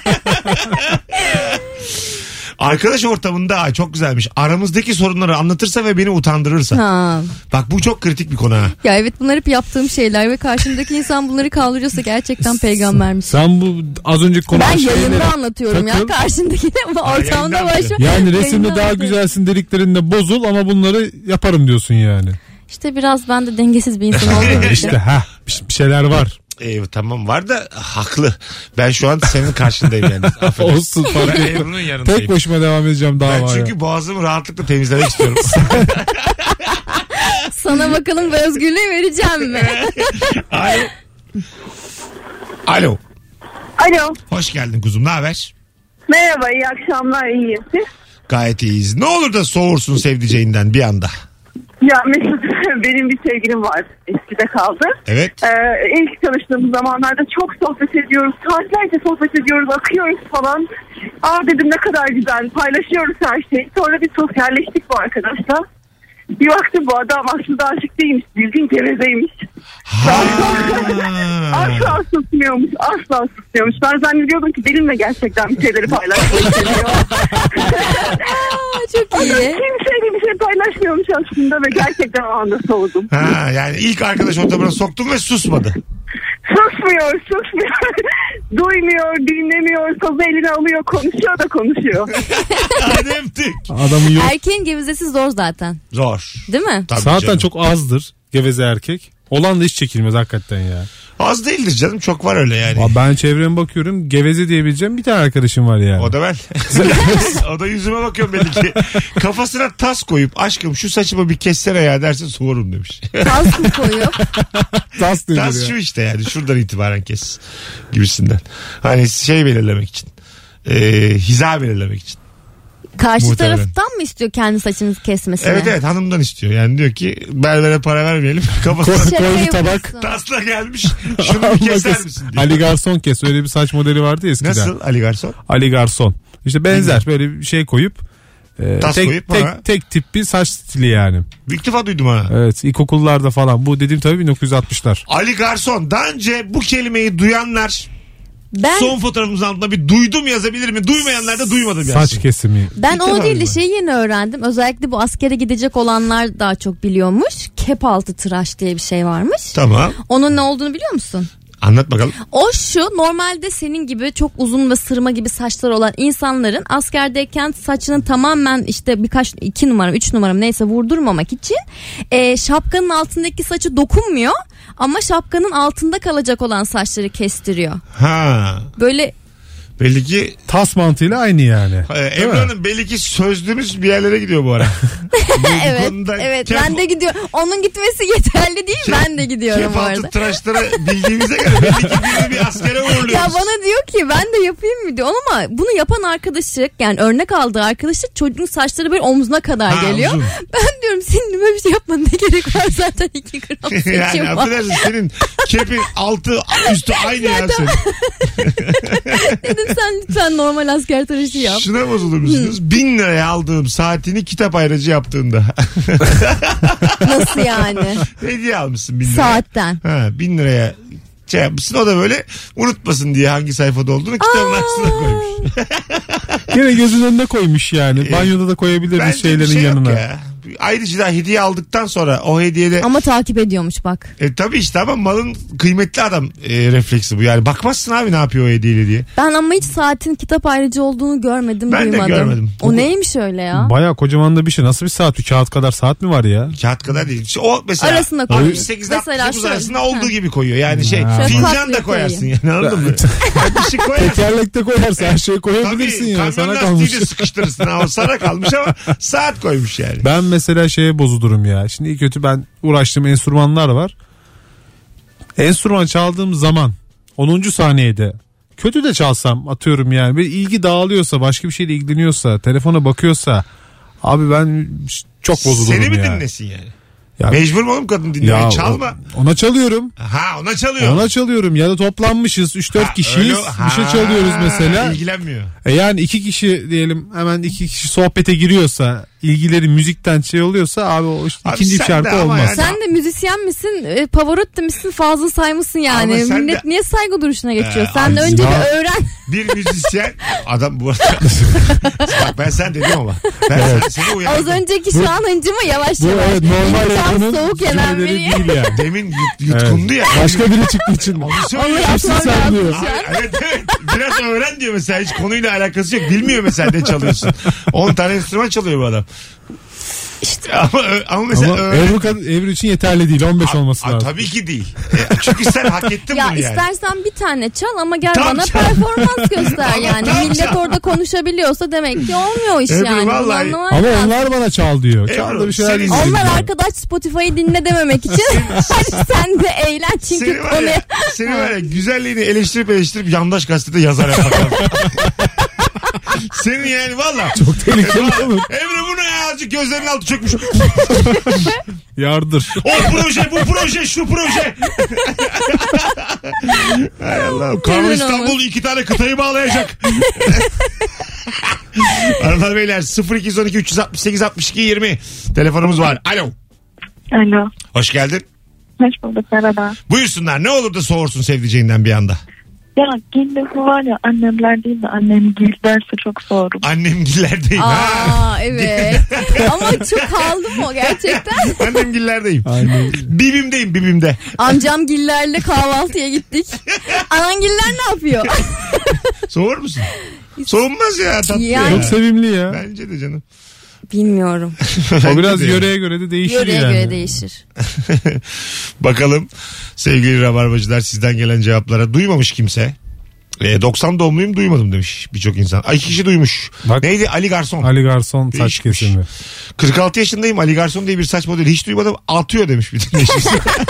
Arkadaş ortamında çok güzelmiş. Aramızdaki sorunları anlatırsa ve beni utandırırsa. Ha. Bak bu çok kritik bir konu ha. Ya evet, bunlar hep yaptığım şeyler ve karşımdaki insan bunları kaldırıyorsa gerçekten peygambermiş. Sen bu az önceki konuşan Ben şeyleri yayında anlatıyorum takıl. ya karşındakine, ama ortamda yayından başka. Yani resimde Yayında daha anlatıyorum. güzelsin dediklerinde bozul ama bunları yaparım diyorsun yani. İşte biraz ben de dengesiz bir insan olduğum için. İşte bir şeyler var. Tamam var da haklı. Ben şu an senin karşındayım yani. Affedersin. Olsun fark Ben etmez. Ebru'nun yanındayım. Tek başıma devam edeceğim Ben davaya. çünkü boğazımı rahatlıkla temizlemek istiyorum. Sana bakalım bu özgürlüğü vereceğim mi? Alo. Alo. Alo. Hoş geldin kuzum, ne haber? Merhaba, iyi akşamlar, iyiyim siz? Gayet iyiyiz. Ne olur da soğursun sevdiceğinden bir anda. Ya Mesut, benim bir sevgilim var, eskide kaldı. Evet. İlk tanıştığımız zamanlarda çok sohbet ediyoruz, saatlerce sohbet ediyoruz, akıyoruz falan. Dedim ne kadar güzel, paylaşıyoruz her şeyi. Sonra bir sosyalleştik bu arkadaşla. Bir baktım bu adam aslında aşık değilmiş, bildiğin gevezeymiş. Asla susmuyormuş. Ben zannediyordum ki benimle gerçekten bir şeyleri paylaşmayı seviyor. Çok iyi. Kimseyle bir şey paylaşmıyormuş aslında ve gerçekten o anda soğudum. Yani ilk arkadaş ortamına soktun ve susmadı. Susmuyor. Duymuyor, dinlemiyor, sözü eline alıyor, konuşuyor da konuşuyor. Hadi öptük. Adamın yok. Erkeğin gevezesi zor zaten. Zor. Değil mi? Tabii Zaten canım. çok azdır geveze erkek. Olan da hiç çekilmez hakikaten ya. Az değildir canım, çok var öyle yani. Abi ben çevreme bakıyorum, geveze diyebileceğim bir tane arkadaşım var yani. O da ben. O da yüzüme bakıyorum belli ki. Kafasına tas koyup aşkım şu saçımı bir kessene ya derse soğurum demiş. Tas mı koyup? Tas nedir Tas ya? şu işte yani, şuradan itibaren kes gibisinden. Hani şey belirlemek için. Hiza belirlemek için. Karşı Muhtemelen. taraftan mı istiyor kendi saçını kesmesini? Evet hanımdan istiyor. Yani diyor ki berbere para vermeyelim. Kafasına Şaka Koy bir yapıyorsun. tabak. tasla gelmiş. Şunu bir keser misin diyor. Ali Garson kes, öyle bir saç modeli vardı ya eskiden. Nasıl Ali Garson? Ali Garson. İşte benzer böyle bir şey koyup Tas koyup, ha. tek tip bir saç stili yani. İlk defa duydum ha. Evet, ilkokullarda falan. Bu dediğim tabii 1960'lar. Ali Garson. Daha önce bu kelimeyi duyanlar Ben son fotoğrafımızın altında bir duydum yazabilir mi? Duymayanlar da duymadım yazsın. Saç kesimi. Ben İlk onu defa değil de duydum. şeyi yeni öğrendim. Özellikle bu askere gidecek olanlar daha çok biliyormuş. Kep altı tıraş diye bir şey varmış. Tamam. Onun ne olduğunu biliyor musun? Anlat bakalım. O şu, normalde senin gibi çok uzun ve sırma gibi saçları olan insanların askerdeyken saçının tamamen işte birkaç 2 numara 3 numara neyse vurdurmamak için şapkanın altındaki saçı dokunmuyor ama şapkanın altında kalacak olan saçları kestiriyor. Ha. Böyle Belli ki Tas mantığıyla aynı yani. Emre Hanım belli ki sözlüğünüz bir yerlere gidiyor bu ara. evet ben de gidiyorum. Onun gitmesi yeterli değil, ben de gidiyorum bu Kefaltı arada. tıraşları bildiğimize göre belli ki birini bir askere uğurluyoruz. Ya bana diyor ki ben de yapayım mı diyor ama bunu yapan arkadaşı, yani örnek aldığı arkadaşı çocuğun saçları böyle omzuna kadar Ha, geliyor. uzun. Ben diyorum senin böyle bir şey yapman ne gerek var, zaten 2 gram saçım Yani var. affedersin, senin kepin altı üstü aynı ya senin. Dedim sen lütfen normal asker tıraşı yap. Şuna bozulur musunuz? 1000 liraya aldığım saatini kitap ayrıcı yaptığında. Nasıl yani? Hediye almışsın 1000 liraya. Saatten. 1000 liraya şey yapmışsın, o da böyle unutmasın diye hangi sayfada olduğunu kitabın aksına koymuş. Yine gözün önüne koymuş yani. Banyoda da koyabiliriz Bence bir şeylerin şey yanına. yok ya. Ayrıca da hediye aldıktan sonra o hediyede Ama takip ediyormuş bak. tabii işte, ama malın kıymetli adam refleksi bu. Yani bakmazsın abi ne yapıyor o hediyeyle diye. Ben ama hiç saatin kitap ayrıcı olduğunu görmedim, Ben de duymadım. görmedim. O neymiş öyle ya? Baya kocaman da bir şey. Nasıl bir saat? Bir kağıt kadar saat mi var ya? Kağıt kadar değil. İşte o mesela Arasına koy. 68'de Mesela 69 şöyle. arasında olduğu Ha. gibi koyuyor. Yani Ha. Şöyle fincan katlıyor da koyarsın koyayım. yani, anladın mı? Yani bir şey koyarsın. Tekerlekte koyarsa her şeyi koyabilirsin Tabii, ya. Sana kamyon kalmış. lastiği de sıkıştırırsın. O sana kalmış ama saat koymuş yani. Ben mesela şeye bozulurum ya. Şimdi iyi kötü ben uğraştığım enstrümanlar var. Enstrüman çaldığım zaman 10. saniyede kötü de çalsam atıyorum yani. Bir ilgi dağılıyorsa, başka bir şeyle ilgileniyorsa, telefona bakıyorsa abi ben çok bozulurum Seni mi ya. dinlesin yani? Ya- Mecbur mu oğlum kadın dinlemeye? Ya Çalma. ona çalıyorum. Ha, ona çalıyor. Ona çalıyorum ya da toplanmışız 3-4 kişiyiz. Bir şey çalıyoruz mesela. İlgilenmiyor. Yani 2 kişi diyelim, hemen 2 kişi sohbete giriyorsa, ilgileri müzikten şey oluyorsa abi o işte Abi ikinci sen de şarkı ama olmaz. yani- Sen de müzisyen misin? Pavarotti misin? Fazla saymışsın yani. Ama sen Millet de- niye saygı duruşuna geçiyor? Sen de abi önce ya- bir öğren. Bir müzisyen adam bu arada. Bak ben sen dedim ama. Ben seni uyardım. Az önceki şu an hıncımı yavaş Bu yavaş. evet, normal İnsan yapının soğuk yenen cümleleri biri. değil yani. Demin yutkundu ya. Başka biri çıktı için. Onu Onu söylüyor. yapmam sen lazım diyor. şu an. Evet evet. Biraz öğren diyor mesela. Hiç konuyla alakası yok. Bilmiyor mesela ne çalıyorsun. 10 tane enstrüman çalıyor bu adam. Ama mesela Ama Ebru için yeterli değil. 15 olması lazım. Tabii ki değil. Çünkü sen hak ettin Ya bunu yani. istersen bir tane çal ama gel Tam bana çal. performans göster Ama yani. tam Millet çal. orada konuşabiliyorsa demek ki olmuyor iş Ebru, yani. Bunu vallahi- anlaman Ama lazım. onlar bana çal diyor. Çal Ebru, da bir şeyler senin- dinleyelim. Onlar yani. arkadaş Spotify'ı dinle dememek için hadi sen de eğlen çünkü Seni var ya, konuya. seni var ya güzelliğini eleştirip yandaş gazetede yazar yapar. Senin yani valla. Çok tehlikeli olur. Emre bu ne ya? Azıcık gözlerinin altı çökmüş. Yardır. O proje, bu proje, şu proje. Hay Allah. Kanal İstanbul 2 tane kıtayı bağlayacak. Hanımlar beyler 0212 368 62 20 telefonumuz var. Alo. Alo. Hoş geldin. Hoş bulduk, merhaba. Buyursunlar. Ne olur da soğursun sevdiceğinden bir anda. Ya gillesi var ya, annemler değil de annem gil derse çok soğurum. Annemgillerdeyim. Ha. Aa evet. Ama çok kaldı mı o gerçekten? Annemgillerdeyim. Aynen. Bibimde. Amcamgillerle kahvaltıya gittik. Anangiller ne yapıyor? Soğur musun? Soğunmaz ya tatlı Yani- ya. Çok sevimli ya. Bence de canım. Bilmiyorum. O biraz de ya. yöreye göre de değişir Yöreye yani. göre değişir. Bakalım sevgili rabarbacılar sizden gelen cevaplara. Duymamış kimse. 90 doğumluyum duymadım demiş birçok insan. 2 kişi duymuş. Bak. Neydi? Ali Garson. Ali Garson saç Değişikmiş. kesimi. 46 yaşındayım, Ali Garson diye bir saç modeli hiç duymadım. Atıyor demiş bir dinleyicimiz.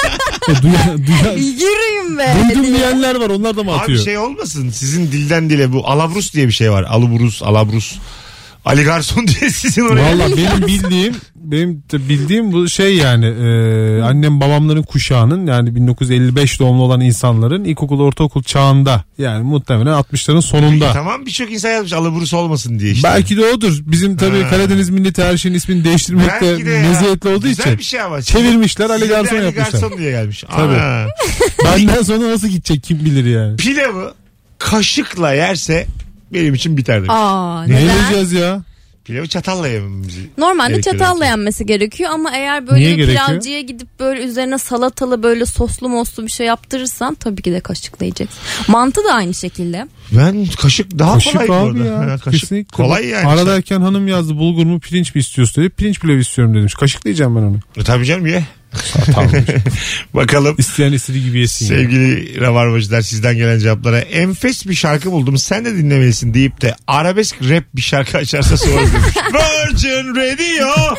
Yürüyün be. Duydum diye. diyenler var, onlar da mı Abi atıyor? şey olmasın sizin dilden dile bu alabrus diye bir şey var. Alabrus. Ali Garson diye sizin oraya. Valla benim bildiğim bu şey yani annem babamların kuşağının yani 1955 doğumlu olan insanların ilkokul ortaokul çağında yani muhtemelen 60'ların sonunda. Tamam birçok insan yazmış alabrus olmasın diye işte. Belki de odur. Bizim tabii Ha. Karadeniz milleti her şeyin ismini değiştirmekte Belki de ya. meziyetli olduğu Güzel için. bir şey ama. Çevirmişler, Ali Size de Garson Ali yapmışlar. Garson diye gelmiş. Tabii. Ana. Benden sonra nasıl gidecek kim bilir yani. Pilavı kaşıkla yerse benim için biter demiş. Aa, Ne neden? yiyeceğiz ya? Pilavı çatalla yememizi. Normalde gerekiyor çatalla bence. yenmesi gerekiyor ama eğer Niye böyle gerekiyor? pilavcıya gidip böyle üzerine salatalı böyle soslu moslu bir şey yaptırırsan tabii ki de kaşıkla yiyeceksin. Mantı da aynı şekilde. Ben kaşık daha Kaşık kolay bu abi arada. ya. Ha, kaşık Kesinlikle. kolay yani. Aradayken hanım yazdı bulgur mu pirinç mi istiyorsun dedi. Pirinç pilavı istiyorum dedim. Kaşıkla yiyeceğim ben onu. Tabii canım ye. Tamam. Bakalım. İsteyen istediği gibi yesin. ya. Sevgili rabarbacılar sizden gelen cevaplara enfes bir şarkı buldum sen de dinlemelisin deyip de arabesk rap bir şarkı açarsa sonra demiş. Virgin Radio.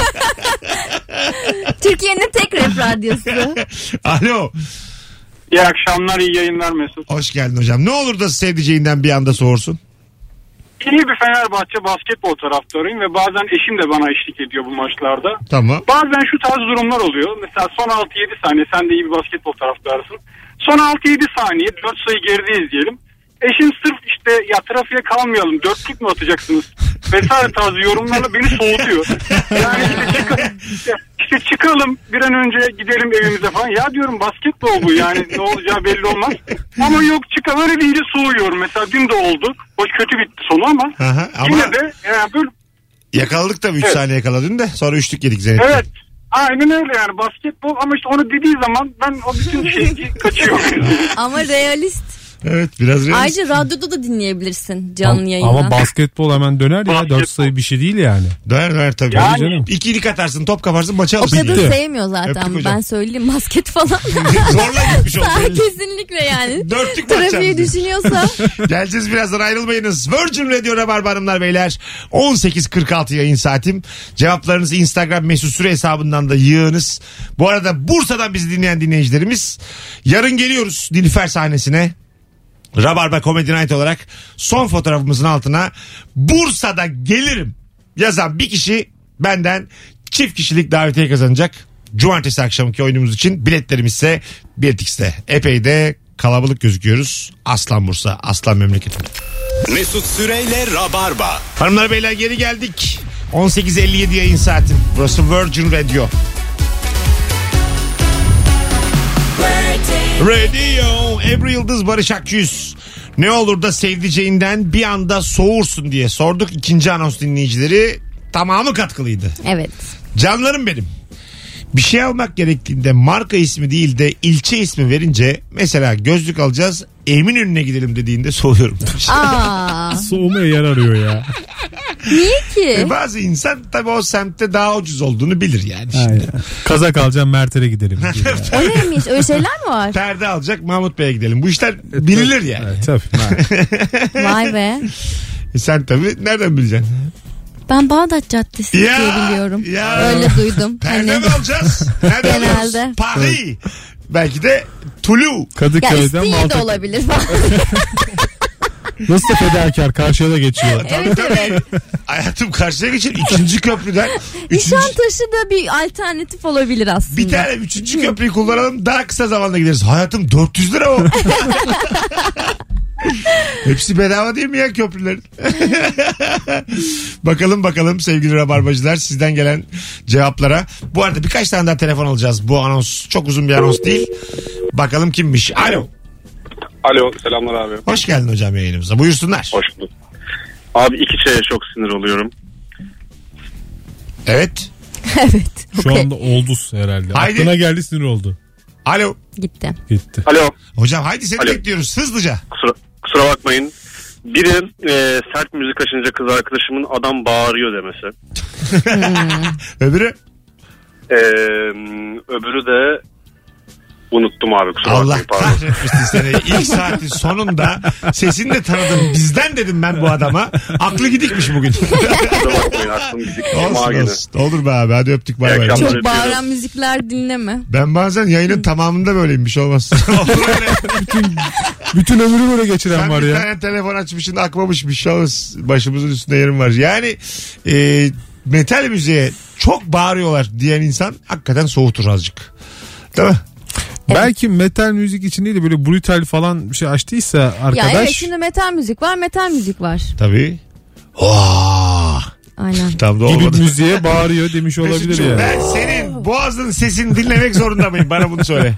Türkiye'nin tek rap radyosu. Alo. İyi akşamlar, iyi yayınlar Mesut. Hoş geldin hocam. Ne olur da sevdiceğinden bir anda soğursun. İyi bir Fenerbahçe basketbol taraftarıyım ve bazen eşim de bana eşlik ediyor bu maçlarda. Tamam. Bazen şu tarz durumlar oluyor. Mesela son 6-7 saniye, sen de iyi bir basketbol taraftarısın. Son 6-7 saniye 4 sayı gerideyiz diyelim. Eşim sırf işte ya trafiğe kalmayalım, dörtlük mü atacaksınız vesaire tarzı yorumlarla beni soğutuyor. Yani işte çıkalım bir an önce gidelim evimize falan. Ya diyorum basketbol bu yani ne olacağı belli olmaz. Ama yok çıkalım öyle deyince soğuyorum. Mesela dün de oldu. Hoş kötü bitti sonu ama, Aha, ama yine de yani böyle yakaladık tabii 3 Evet. saniye yakaladın da sonra üçlük yedik Zeynep'le. evet. Aynen öyle yani basketbol ama işte onu dediği zaman ben o bütün şeyi kaçıyorum. Ama realist. Evet biraz realist. Ayrıca radyoda da dinleyebilirsin canlı yayından. Ama basketbol hemen döner ya. Basketbol. 4 sayı bir şey değil yani. Döner tabii. Yani- Canım. İkilik atarsın top kaparsın maçı O alırsın. kadın Bitti. sevmiyor zaten. Öptük hocam. Ben söyleyeyim basket falan. Zorla gitmiş oldu. Kesinlikle yani. Dörtlük maç Trafiği yaptı. düşünüyorsa. Geleceğiz birazdan ayrılmayınız. Virgin Radio Rabarba hanımlar beyler. 18.46 yayın saatim. Cevaplarınızı Instagram mesut süre hesabından da yığınız. Bu arada Bursa'dan bizi dinleyen dinleyicilerimiz yarın geliyoruz Nilüfer sahnesine. Rabarba Comedy Night olarak son fotoğrafımızın altına Bursa'da gelirim yazan bir kişi benden çift kişilik davetiye kazanacak. Cumartesi akşamki oyunumuz için biletlerimiz ise Biletix'te. Epey de kalabalık gözüküyoruz. Aslan Bursa, aslan memleketim. Mesut Süreyle Rabarba. Hanımlar beyler geri geldik. 18.57 yayın saatim. Burası Virgin Radio. Radio. Ebru Yıldız, Barış Akçüz. Ne olur da sevdiceğinden bir anda soğursun diye sorduk. İkinci anons dinleyicileri tamamı katkılıydı. Evet. Canlarım benim. Bir şey almak gerektiğinde marka ismi değil de ilçe ismi verince mesela gözlük alacağız Eminönü'ne gidelim dediğinde soğuyorum. Aa. Soğumaya yer arıyor ya. Niye ki? Bazı insan tabii o semtte daha ucuz olduğunu bilir yani şimdi. Aynen. Kazak alacağım Mert'e gidelim. diye yani. O neymiş? Öyle şeyler mi var? Perde alacak Mahmut Bey'e gidelim. Bu işler bilinir yani. Evet, tabii. Vay be. Sen tabii nereden bileceksin? Ben Bağdat Caddesi diye biliyorum. Öyle duydum. Perde mi alacağız? Nerede Genelde. alacağız? Paris. Belki de Toulouse. Ya Kadıköy'den İstinye de Malta. olabilir. Nasıl da fedakar karşıya da geçiyor. Evet, evet. Hayatım karşıya geçin. 3. köprüden. Nişantaşı da bir alternatif olabilir aslında. Bir tane 3. köprüyü kullanalım. Daha kısa zamanda gideriz. Hayatım 400 lira o. Hepsi bedava değil mi ya köprülerin? Bakalım sevgili rabarbacılar sizden gelen cevaplara. Bu arada birkaç tane daha telefon alacağız. Bu anons çok uzun bir anons değil. Bakalım kimmiş. Alo. Alo, selamlar abi. Hoş geldin hocam yayınımıza. Buyursunlar. Hoş bulduk. Abi iki şeye çok sinir oluyorum. Evet. Evet. Şu okey. anda oldu herhalde. Haydi. Aklına geldi sinir oldu. Alo. Gitti. Gitti. Alo, Hocam haydi seni Alo. bekliyoruz hızlıca. kusura bakmayın. Biri sert müzik açınca kız arkadaşımın adam bağırıyor demesi. Öbürü. Öbürü de unuttum abi, kusura Allah bakmayın. Pardon. kahretmesin seni. İlk saatin sonunda sesini de tanıdım. Bizden dedim ben bu adama. Aklı gidikmiş bugün. Kusura bakmayın, aklım gidik. Cuma olsun günü. olsun. Olur be abi hadi öptük bay İyi bay. akşamlar. Çok bağıran müzikler dinleme. Ben bazen yayının tamamında böyleyim bir şey olmaz. Bütün ömrü böyle geçiren Ben var bir ya. tane telefon açmışsın akmamış bir şahıs başımızın üstünde yerim var. Yani metal müziğe çok bağırıyorlar diyen insan hakikaten soğutur azıcık. Değil mi? Belki metal müzik için değil de böyle brutal falan bir şey açtıysa arkadaş. Ya evet, şimdi metal müzik var. Tabii. Oh. Aynen. Tam da gibi olmadı. müziğe bağırıyor demiş olabilir Mesut'cum, ya. ben senin boğazının sesini dinlemek zorunda mıyım? Bana bunu söyle.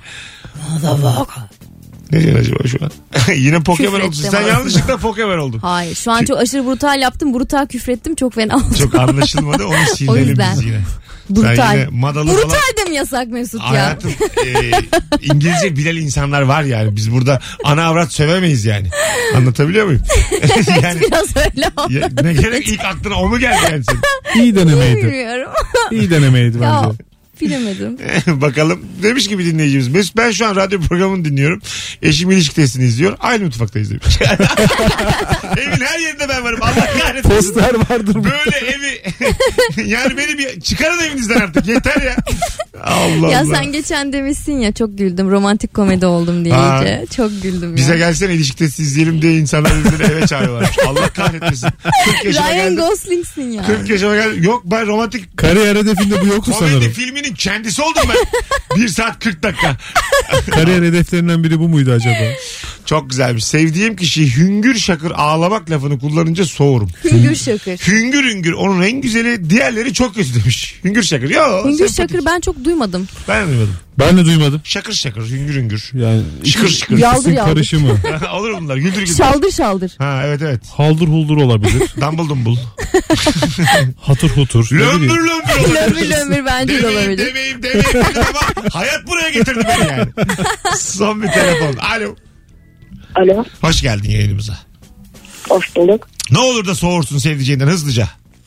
Ne diyorsun acaba şu an? Yine Pokemon Küfrettim oldun. Sen aslında. yanlışlıkla Pokemon oldun. Hayır, şu an çok aşırı brutal yaptım. Brutal küfrettim, çok fena oldu. Çok anlaşılmadı. Onu O silelim yüzden. biz yine. Sen Brutal. yine madalı Brutal falan. de mi yasak Mesut ya? Hayatım İngilizce bilen insanlar var yani. Biz burada ana avrat sövemeyiz yani. Anlatabiliyor muyum? yani, Biraz öyle oldu. ya, ne gerek ilk aklına o mu geldi yani senin? İyi denemeydi. Bilmiyorum. İyi denemeydi Ya bence. bilemedim. Bakalım demiş gibi dinleyicimiz. Mesut ben şu an radyo programını dinliyorum. Eşim ilişki testini izliyor. Aynı mutfaktayız demiş. Evin her yerinde ben varım. Allah kahretsin. Poster vardır bu. Böyle evi yani beni bir çıkarın evinizden artık yeter ya. Allah Ya Allah. sen geçen demişsin ya, çok güldüm. Romantik komedi oldum deyince. Çok güldüm Bize ya. gelsene ilişki testi izleyelim diye insanlar birbirini eve çağırıyorlarmış. Allah kahretmesin. 40 yaşıma Ryan geldim. Gosling'sin ya. 40 yaşıma geldim. Yok ben romantik Kariyer hedefinde bu yoktu komedi sanırım. filminin kendisi oldum ben. 1 saat 40 dakika. Kariyer hedeflerinden biri bu muydu acaba? Çok güzelmiş. Sevdiğim kişi hüngür şakır ağlamak lafını kullanınca soğurum. Hüngür Şakır. Hüngür hüngür onun en güzeli, diğerleri çok kötü demiş. Hüngür şakır. Yo, Hüngür sempatik. Şakır ben çok duymadım. Ben de duymadım. Ben de duymadım. Şakır şakır hüngür hüngür. Yani Şıkır şıkır. Yaldır ikisinin yaldır. karışımı. Olur bunlar güldür güldür. Şaldır şaldır. Ha evet evet. Haldır huldur olabilir. Dumble dumbul. Hatır hutur. Ne Lömbür bileyim. lömbür olabilir. Lömbür lömbür bence de olabilir. Demeyeyim dedim ama hayat buraya getirdi beni yani. Son bir telefon. Alo. Alo. Hoş geldin yayınımıza. Hoş bulduk. Ne olur da soğursun sevdiceğinden hızlıca.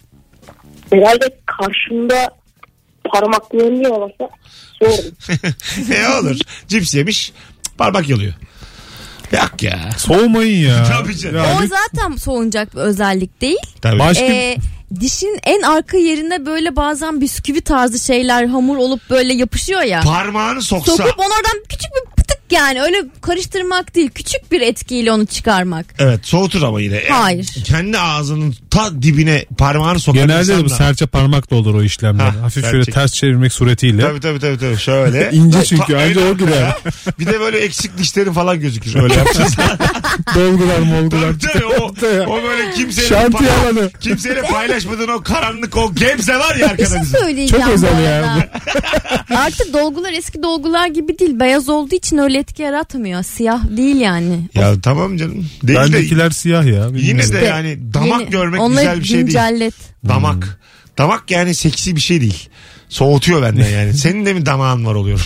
Herhalde karşımda parmaklarını yalasa sordum. Ne olur. Cips yemiş parmak yalıyor. Yok ya. Soğumayın ya. Tabii canım. Ya, O zaten soğunacak bir özellik değil. Tabii. Başka Dişin en arka yerine böyle bazen bisküvi tarzı şeyler hamur olup böyle yapışıyor ya. Parmağını soksa. Sokup onu oradan küçük bir pıtık, yani öyle karıştırmak değil, küçük bir etkiyle onu çıkarmak. Evet soğutur ama yine. Hayır. Kendi ağzının ta dibine parmağını sokan genelde de bu insanla- serçe parmakla olur o işlemler. Ha, Hafif serçe. şöyle ters çevirmek suretiyle. Tabii. Şöyle. İnce çünkü anca öyle o gider. Bir de böyle eksik dişlerin falan gözükür. Öyle yapacağız. Dolgular molgular. Tabii, o böyle Şantiye alanı. kimseyle paylaşmadığın o karanlık o gemse var ya Bir şey arkada bizim. söyleyeceğim. Çok özel bu ya arada. Artık dolgular eski dolgular gibi değil. Beyaz olduğu için öyle etki yaratmıyor. Siyah değil yani. Ya tamam canım. Değil de Bendekiler siyah ya. yine bilmiyorum. de yani damak Yeni- görmek onları güzel bir şey değil. güncellet. Damak. Damak yani seksi bir şey değil. Soğutuyor benden yani. Senin de mi damağın var oluyor?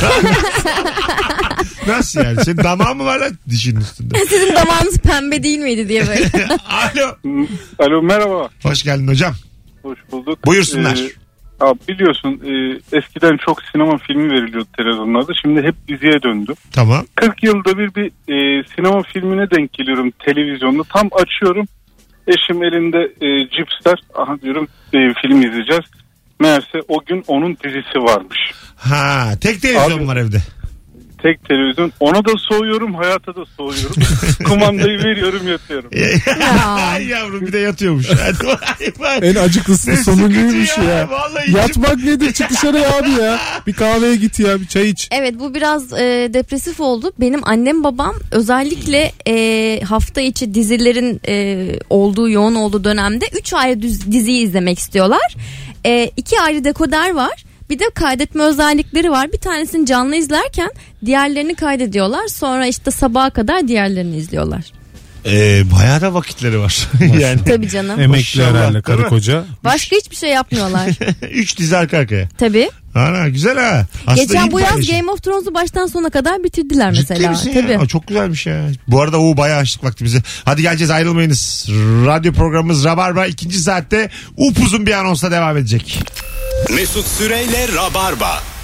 Nasıl yani? Senin damağın mı var lan dişinin üstünde? Sizin damağınız pembe değil miydi diye böyle. Alo. Alo merhaba. Hoş geldin hocam. Hoş bulduk. Buyursunlar. Abi biliyorsun eskiden çok sinema filmi veriliyordu televizyonlarda. Şimdi hep diziye döndü. Tamam. 40 yılda bir sinema filmine denk geliyorum televizyonda. Tam açıyorum. Eşim elinde cipsler. Aha diyorum film izleyeceğiz. Meğerse o gün onun dizisi varmış. Ha, tek televizyon abi, var evde. Tek televizyon. Ona da soğuyorum, hayata da soğuyorum. Kumandayı veriyorum, yatıyorum. Ay yavrum bir de yatıyormuş. En acıklısı sonuncuymuş ya. Yatmak nedir? Çık dışarı abi ya. Bir kahveye git ya, bir çay iç. Evet, bu biraz depresif oldu. Benim annem babam özellikle hafta içi dizilerin olduğu, yoğun olduğu dönemde 3 ayrı diziyi izlemek istiyorlar. 2 ayrı dekoder var. Bir de kaydetme özellikleri var. Bir tanesini canlı izlerken diğerlerini kaydediyorlar. Sonra işte sabaha kadar diğerlerini izliyorlar. Bayağı da vakitleri var. Yani. Tabii canım. Emekli herhalde karı koca. Başka hiçbir şey yapmıyorlar. 3 dizi arka arkaya. Tabii. Ana güzel ha. Aslında geçen bu yaz Game of Thrones'u baştan sona kadar bitirdiler mesela. Ciddi misin Tabii. Ya? Çok güzelmiş ya. Bu arada bayağı açtık vaktimizi. Hadi geleceğiz, ayrılmayınız. Radyo programımız Rabarba 2. saatte upuzun bir anonsla devam edecek. Mesut Süreyle Rabarba.